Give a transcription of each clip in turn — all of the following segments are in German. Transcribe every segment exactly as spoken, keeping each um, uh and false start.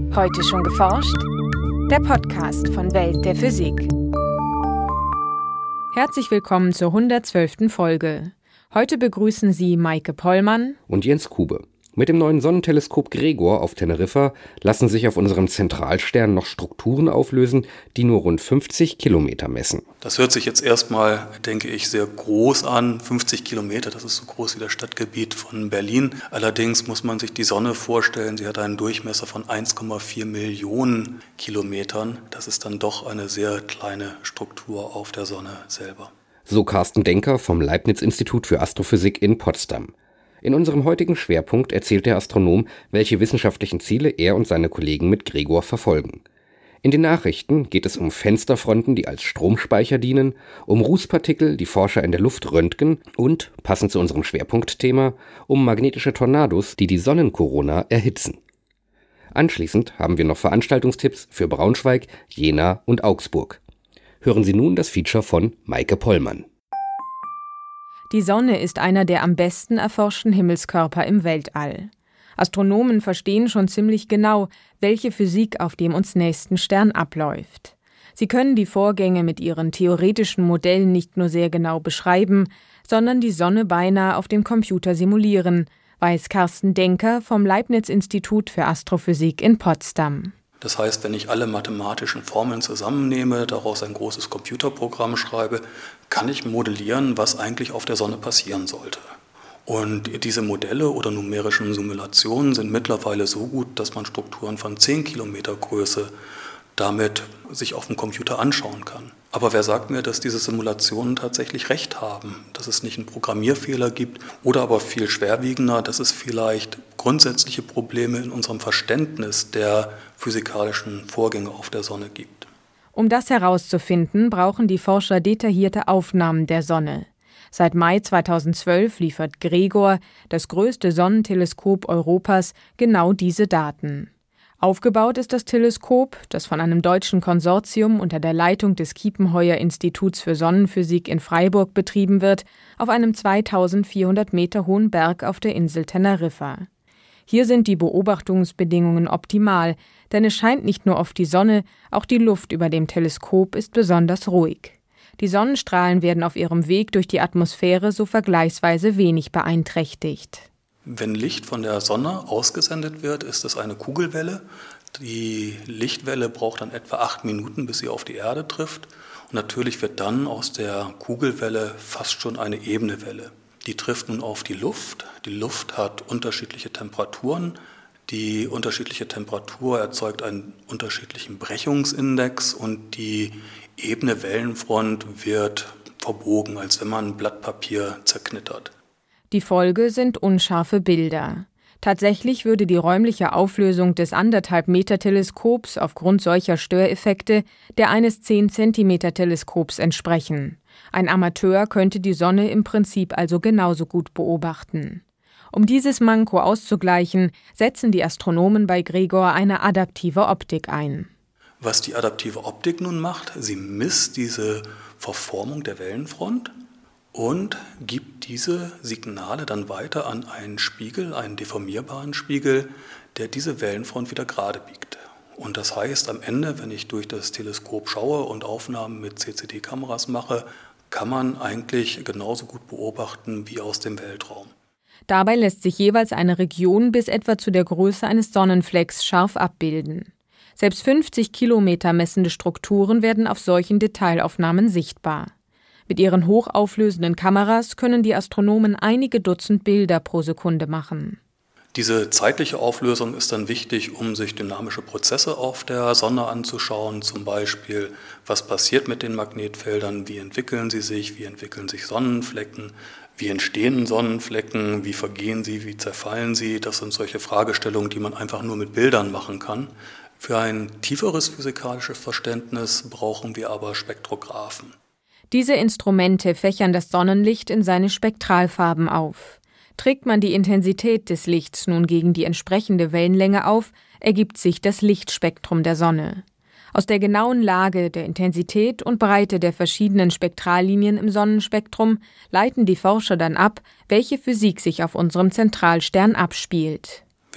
Heute schon geforscht? Der Podcast von Welt der Physik. Herzlich willkommen zur hundertzwölften Folge. Heute begrüßen Sie Maike Pollmann und Jens Kube. Mit dem neuen Sonnenteleskop Gregor auf Teneriffa lassen sich auf unserem Zentralstern noch Strukturen auflösen, die nur rund fünfzig Kilometer messen. Das hört sich jetzt erstmal, denke ich, sehr groß an. fünfzig Kilometer, das ist so groß wie das Stadtgebiet von Berlin. Allerdings muss man sich die Sonne vorstellen, sie hat einen Durchmesser von eins Komma vier Millionen Kilometern. Das ist dann doch eine sehr kleine Struktur auf der Sonne selber. So Carsten Denker vom Leibniz-Institut für Astrophysik in Potsdam. In unserem heutigen Schwerpunkt erzählt der Astronom, welche wissenschaftlichen Ziele er und seine Kollegen mit Gregor verfolgen. In den Nachrichten geht es um Fensterfronten, die als Stromspeicher dienen, um Rußpartikel, die Forscher in der Luft röntgen und, passend zu unserem Schwerpunktthema, um magnetische Tornados, die die Sonnenkorona erhitzen. Anschließend haben wir noch Veranstaltungstipps für Braunschweig, Jena und Augsburg. Hören Sie nun das Feature von Maike Pollmann. Die Sonne ist einer der am besten erforschten Himmelskörper im Weltall. Astronomen verstehen schon ziemlich genau, welche Physik auf dem uns nächsten Stern abläuft. Sie können die Vorgänge mit ihren theoretischen Modellen nicht nur sehr genau beschreiben, sondern die Sonne beinahe auf dem Computer simulieren, weiß Carsten Denker vom Leibniz-Institut für Astrophysik in Potsdam. Das heißt, wenn ich alle mathematischen Formeln zusammennehme, daraus ein großes Computerprogramm schreibe, kann ich modellieren, was eigentlich auf der Sonne passieren sollte. Und diese Modelle oder numerischen Simulationen sind mittlerweile so gut, dass man Strukturen von zehn Kilometer Größe damit sich auf dem Computer anschauen kann. Aber wer sagt mir, dass diese Simulationen tatsächlich recht haben, dass es nicht einen Programmierfehler gibt oder aber viel schwerwiegender, dass es vielleicht grundsätzliche Probleme in unserem Verständnis der physikalischen Vorgänge auf der Sonne gibt? Um das herauszufinden, brauchen die Forscher detaillierte Aufnahmen der Sonne. Seit Mai zweitausendzwölf liefert Gregor, das größte Sonnenteleskop Europas, genau diese Daten. Aufgebaut ist das Teleskop, das von einem deutschen Konsortium unter der Leitung des Kiepenheuer-Instituts für Sonnenphysik in Freiburg betrieben wird, auf einem zweitausendvierhundert Meter hohen Berg auf der Insel Teneriffa. Hier sind die Beobachtungsbedingungen optimal, denn es scheint nicht nur auf die Sonne, auch die Luft über dem Teleskop ist besonders ruhig. Die Sonnenstrahlen werden auf ihrem Weg durch die Atmosphäre so vergleichsweise wenig beeinträchtigt. Wenn Licht von der Sonne ausgesendet wird, ist es eine Kugelwelle. Die Lichtwelle braucht dann etwa acht Minuten, bis sie auf die Erde trifft. Und natürlich wird dann aus der Kugelwelle fast schon eine ebene Welle. Die trifft nun auf die Luft. Die Luft hat unterschiedliche Temperaturen. Die unterschiedliche Temperatur erzeugt einen unterschiedlichen Brechungsindex und die ebene Wellenfront wird verbogen, als wenn man ein Blatt Papier zerknittert. Die Folge sind unscharfe Bilder. Tatsächlich würde die räumliche Auflösung des anderthalb Meter Teleskops aufgrund solcher Störeffekte der eines zehn Zentimeter Teleskops entsprechen. Ein Amateur könnte die Sonne im Prinzip also genauso gut beobachten. Um dieses Manko auszugleichen, setzen die Astronomen bei Gregor eine adaptive Optik ein. Was die adaptive Optik nun macht, sie misst diese Verformung der Wellenfront und gibt diese Signale dann weiter an einen Spiegel, einen deformierbaren Spiegel, der diese Wellenfront wieder gerade biegt. Und das heißt, am Ende, wenn ich durch das Teleskop schaue und Aufnahmen mit C C D-Kameras mache, kann man eigentlich genauso gut beobachten wie aus dem Weltraum. Dabei lässt sich jeweils eine Region bis etwa zu der Größe eines Sonnenflecks scharf abbilden. Selbst fünfzig Kilometer messende Strukturen werden auf solchen Detailaufnahmen sichtbar. Mit ihren hochauflösenden Kameras können die Astronomen einige Dutzend Bilder pro Sekunde machen. Diese zeitliche Auflösung ist dann wichtig, um sich dynamische Prozesse auf der Sonne anzuschauen. Zum Beispiel, was passiert mit den Magnetfeldern, wie entwickeln sie sich, wie entwickeln sich Sonnenflecken, wie entstehen Sonnenflecken, wie vergehen sie, wie zerfallen sie. Das sind solche Fragestellungen, die man einfach nur mit Bildern machen kann. Für ein tieferes physikalisches Verständnis brauchen wir aber Spektrographen. Diese Instrumente fächern das Sonnenlicht in seine Spektralfarben auf. Trägt man die Intensität des Lichts nun gegen die entsprechende Wellenlänge auf, ergibt sich das Lichtspektrum der Sonne. Aus der genauen Lage der Intensität und Breite der verschiedenen Spektrallinien im Sonnenspektrum leiten die Forscher dann ab, welche Physik sich auf unserem Zentralstern abspielt.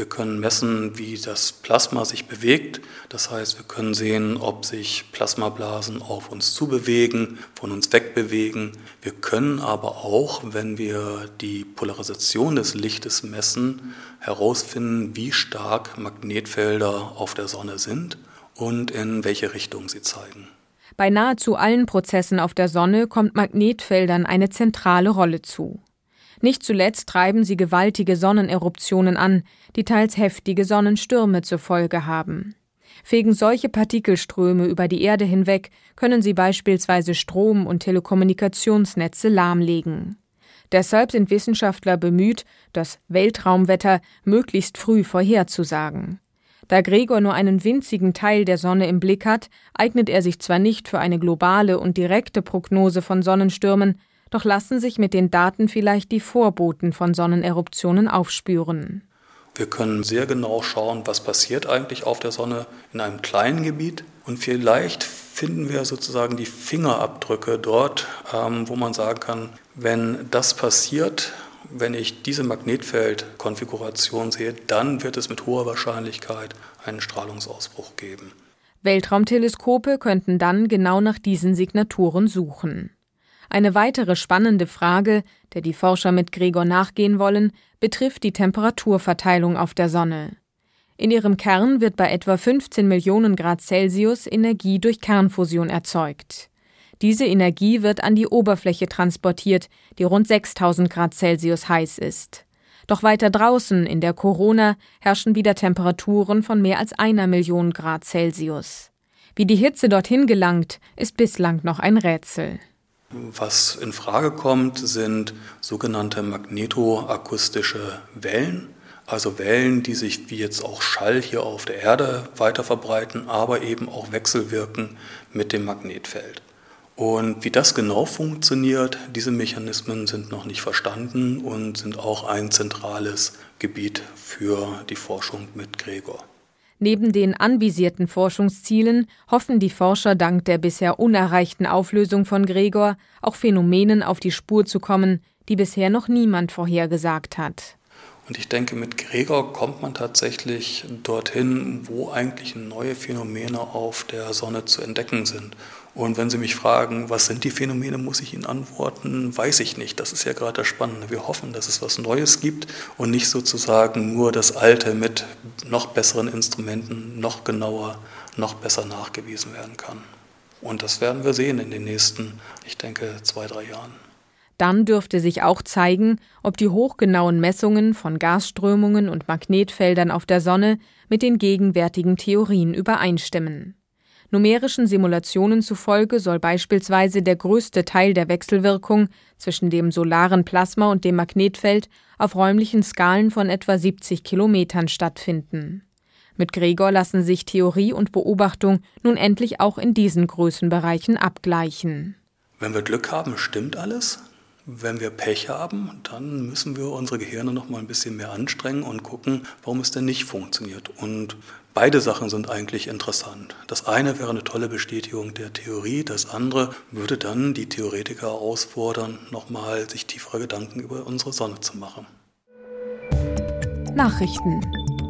Wir können messen, wie das Plasma sich bewegt. Das heißt, wir können sehen, ob sich Plasmablasen auf uns zubewegen, von uns wegbewegen. Wir können aber auch, wenn wir die Polarisation des Lichtes messen, herausfinden, wie stark Magnetfelder auf der Sonne sind und in welche Richtung sie zeigen. Bei nahezu allen Prozessen auf der Sonne kommt Magnetfeldern eine zentrale Rolle zu. Nicht zuletzt treiben sie gewaltige Sonneneruptionen an, die teils heftige Sonnenstürme zur Folge haben. Fegen solche Partikelströme über die Erde hinweg, können sie beispielsweise Strom- und Telekommunikationsnetze lahmlegen. Deshalb sind Wissenschaftler bemüht, das Weltraumwetter möglichst früh vorherzusagen. Da Gregor nur einen winzigen Teil der Sonne im Blick hat, eignet er sich zwar nicht für eine globale und direkte Prognose von Sonnenstürmen, doch lassen sich mit den Daten vielleicht die Vorboten von Sonneneruptionen aufspüren. Wir können sehr genau schauen, was passiert eigentlich auf der Sonne in einem kleinen Gebiet. Und vielleicht finden wir sozusagen die Fingerabdrücke dort, ähm, wo man sagen kann, wenn das passiert, wenn ich diese Magnetfeldkonfiguration sehe, dann wird es mit hoher Wahrscheinlichkeit einen Strahlungsausbruch geben. Weltraumteleskope könnten dann genau nach diesen Signaturen suchen. Eine weitere spannende Frage, der die Forscher mit Gregor nachgehen wollen, betrifft die Temperaturverteilung auf der Sonne. In ihrem Kern wird bei etwa fünfzehn Millionen Grad Celsius Energie durch Kernfusion erzeugt. Diese Energie wird an die Oberfläche transportiert, die rund sechstausend Grad Celsius heiß ist. Doch weiter draußen, in der Korona, herrschen wieder Temperaturen von mehr als einer Million Grad Celsius. Wie die Hitze dorthin gelangt, ist bislang noch ein Rätsel. Was in Frage kommt, sind sogenannte magnetoakustische Wellen, also Wellen, die sich wie jetzt auch Schall hier auf der Erde weiter verbreiten, aber eben auch wechselwirken mit dem Magnetfeld. Und wie das genau funktioniert, diese Mechanismen sind noch nicht verstanden und sind auch ein zentrales Gebiet für die Forschung mit Gregor. Neben den anvisierten Forschungszielen hoffen die Forscher dank der bisher unerreichten Auflösung von Gregor auch Phänomenen auf die Spur zu kommen, die bisher noch niemand vorhergesagt hat. Und ich denke, mit Gregor kommt man tatsächlich dorthin, wo eigentlich neue Phänomene auf der Sonne zu entdecken sind. Und wenn Sie mich fragen, was sind die Phänomene, muss ich Ihnen antworten, weiß ich nicht. Das ist ja gerade das Spannende. Wir hoffen, dass es was Neues gibt und nicht sozusagen nur das Alte mit noch besseren Instrumenten, noch genauer, noch besser nachgewiesen werden kann. Und das werden wir sehen in den nächsten, ich denke, zwei, drei Jahren. Dann dürfte sich auch zeigen, ob die hochgenauen Messungen von Gasströmungen und Magnetfeldern auf der Sonne mit den gegenwärtigen Theorien übereinstimmen. Numerischen Simulationen zufolge soll beispielsweise der größte Teil der Wechselwirkung zwischen dem solaren Plasma und dem Magnetfeld auf räumlichen Skalen von etwa siebzig Kilometern stattfinden. Mit Gregor lassen sich Theorie und Beobachtung nun endlich auch in diesen Größenbereichen abgleichen. Wenn wir Glück haben, stimmt alles. Wenn wir Pech haben, dann müssen wir unsere Gehirne noch mal ein bisschen mehr anstrengen und gucken, warum es denn nicht funktioniert. Und beide Sachen sind eigentlich interessant. Das eine wäre eine tolle Bestätigung der Theorie, das andere würde dann die Theoretiker herausfordern, noch mal sich tiefere Gedanken über unsere Sonne zu machen. Nachrichten.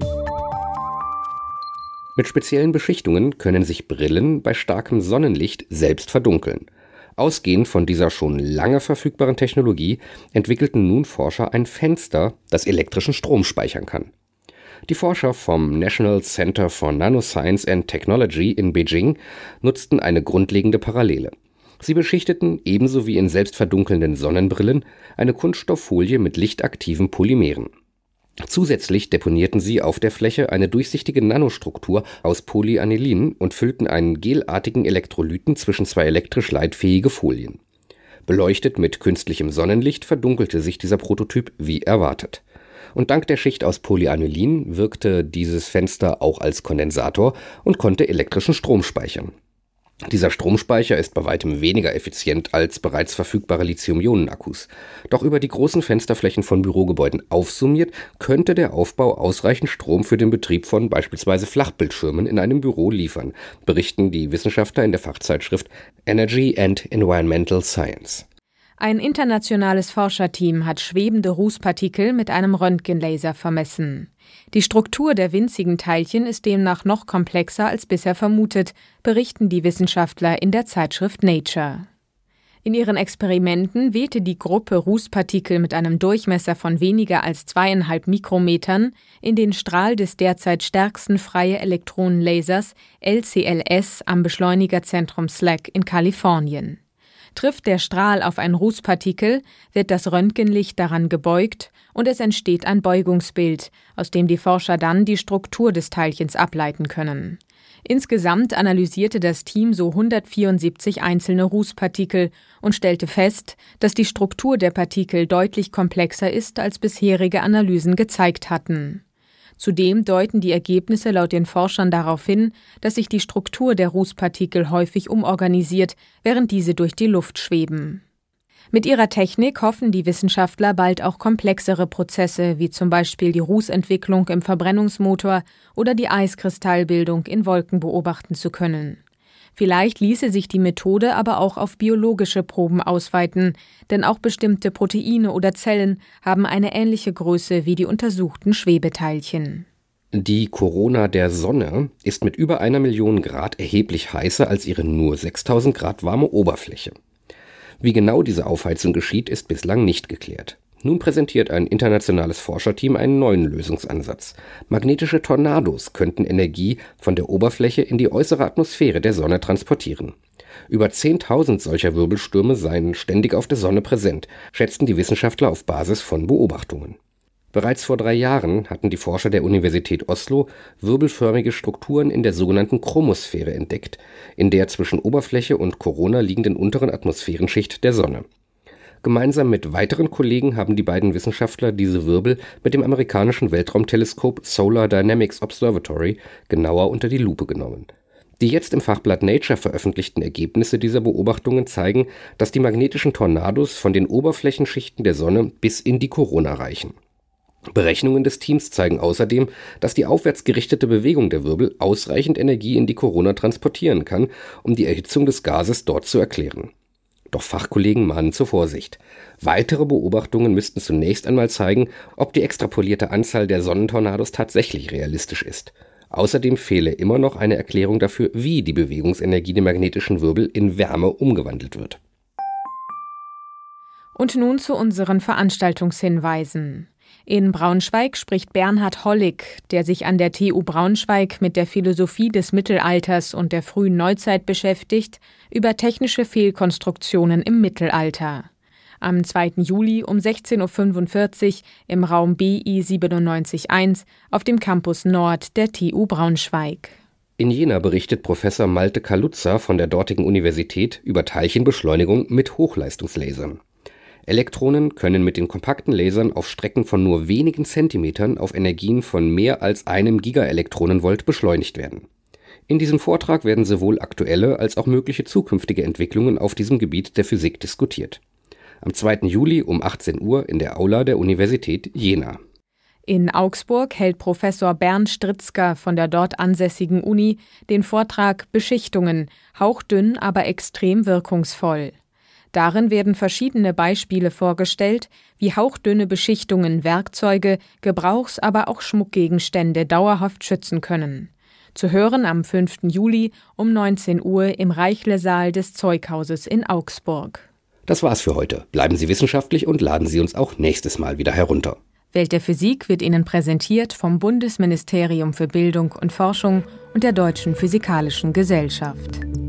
Mit speziellen Beschichtungen können sich Brillen bei starkem Sonnenlicht selbst verdunkeln. Ausgehend von dieser schon lange verfügbaren Technologie entwickelten nun Forscher ein Fenster, das elektrischen Strom speichern kann. Die Forscher vom National Center for Nanoscience and Technology in Beijing nutzten eine grundlegende Parallele. Sie beschichteten, ebenso wie in selbstverdunkelnden Sonnenbrillen, eine Kunststofffolie mit lichtaktiven Polymeren. Zusätzlich deponierten sie auf der Fläche eine durchsichtige Nanostruktur aus Polyanilin und füllten einen gelartigen Elektrolyten zwischen zwei elektrisch leitfähige Folien. Beleuchtet mit künstlichem Sonnenlicht verdunkelte sich dieser Prototyp wie erwartet. Und dank der Schicht aus Polyanilin wirkte dieses Fenster auch als Kondensator und konnte elektrischen Strom speichern. Dieser Stromspeicher ist bei weitem weniger effizient als bereits verfügbare Lithium-Ionen-Akkus. Doch über die großen Fensterflächen von Bürogebäuden aufsummiert, könnte der Aufbau ausreichend Strom für den Betrieb von beispielsweise Flachbildschirmen in einem Büro liefern, berichten die Wissenschaftler in der Fachzeitschrift Energy and Environmental Science. Ein internationales Forscherteam hat schwebende Rußpartikel mit einem Röntgenlaser vermessen. Die Struktur der winzigen Teilchen ist demnach noch komplexer als bisher vermutet, berichten die Wissenschaftler in der Zeitschrift Nature. In ihren Experimenten wählte die Gruppe Rußpartikel mit einem Durchmesser von weniger als zweieinhalb Mikrometern in den Strahl des derzeit stärksten freie Elektronenlasers L C L S am Beschleunigerzentrum S L A C in Kalifornien. Trifft der Strahl auf ein Rußpartikel, wird das Röntgenlicht daran gebeugt und es entsteht ein Beugungsbild, aus dem die Forscher dann die Struktur des Teilchens ableiten können. Insgesamt analysierte das Team so hundertvierundsiebzig einzelne Rußpartikel und stellte fest, dass die Struktur der Partikel deutlich komplexer ist, als bisherige Analysen gezeigt hatten. Zudem deuten die Ergebnisse laut den Forschern darauf hin, dass sich die Struktur der Rußpartikel häufig umorganisiert, während diese durch die Luft schweben. Mit ihrer Technik hoffen die Wissenschaftler bald auch komplexere Prozesse, wie zum Beispiel die Rußentwicklung im Verbrennungsmotor oder die Eiskristallbildung in Wolken beobachten zu können. Vielleicht ließe sich die Methode aber auch auf biologische Proben ausweiten, denn auch bestimmte Proteine oder Zellen haben eine ähnliche Größe wie die untersuchten Schwebeteilchen. Die Korona der Sonne ist mit über einer Million Grad erheblich heißer als ihre nur sechstausend Grad warme Oberfläche. Wie genau diese Aufheizung geschieht, ist bislang nicht geklärt. Nun präsentiert ein internationales Forscherteam einen neuen Lösungsansatz. Magnetische Tornados könnten Energie von der Oberfläche in die äußere Atmosphäre der Sonne transportieren. Über zehntausend solcher Wirbelstürme seien ständig auf der Sonne präsent, schätzten die Wissenschaftler auf Basis von Beobachtungen. Bereits vor drei Jahren hatten die Forscher der Universität Oslo wirbelförmige Strukturen in der sogenannten Chromosphäre entdeckt, in der zwischen Oberfläche und Korona liegenden unteren Atmosphärenschicht der Sonne. Gemeinsam mit weiteren Kollegen haben die beiden Wissenschaftler diese Wirbel mit dem amerikanischen Weltraumteleskop Solar Dynamics Observatory genauer unter die Lupe genommen. Die jetzt im Fachblatt Nature veröffentlichten Ergebnisse dieser Beobachtungen zeigen, dass die magnetischen Tornados von den Oberflächenschichten der Sonne bis in die Korona reichen. Berechnungen des Teams zeigen außerdem, dass die aufwärts gerichtete Bewegung der Wirbel ausreichend Energie in die Korona transportieren kann, um die Erhitzung des Gases dort zu erklären. Doch Fachkollegen mahnen zur Vorsicht. Weitere Beobachtungen müssten zunächst einmal zeigen, ob die extrapolierte Anzahl der Sonnentornados tatsächlich realistisch ist. Außerdem fehle immer noch eine Erklärung dafür, wie die Bewegungsenergie der magnetischen Wirbel in Wärme umgewandelt wird. Und nun zu unseren Veranstaltungshinweisen. In Braunschweig spricht Bernhard Hollig, der sich an der T U Braunschweig mit der Philosophie des Mittelalters und der frühen Neuzeit beschäftigt, über technische Fehlkonstruktionen im Mittelalter. Am zweiten Juli um sechzehn Uhr fünfundvierzig im Raum B I siebenundneunzig eins auf dem Campus Nord der T U Braunschweig. In Jena berichtet Professor Malte Kaluza von der dortigen Universität über Teilchenbeschleunigung mit Hochleistungslasern. Elektronen können mit den kompakten Lasern auf Strecken von nur wenigen Zentimetern auf Energien von mehr als einem Gigaelektronenvolt beschleunigt werden. In diesem Vortrag werden sowohl aktuelle als auch mögliche zukünftige Entwicklungen auf diesem Gebiet der Physik diskutiert. Am zweiten Juli um achtzehn Uhr in der Aula der Universität Jena. In Augsburg hält Professor Bernd Stritzka von der dort ansässigen Uni den Vortrag Beschichtungen, hauchdünn, aber extrem wirkungsvoll. Darin werden verschiedene Beispiele vorgestellt, wie hauchdünne Beschichtungen Werkzeuge, Gebrauchs-, aber auch Schmuckgegenstände dauerhaft schützen können. Zu hören am fünften Juli um neunzehn Uhr im Reichle-Saal des Zeughauses in Augsburg. Das war's für heute. Bleiben Sie wissenschaftlich und laden Sie uns auch nächstes Mal wieder herunter. Welt der Physik wird Ihnen präsentiert vom Bundesministerium für Bildung und Forschung und der Deutschen Physikalischen Gesellschaft.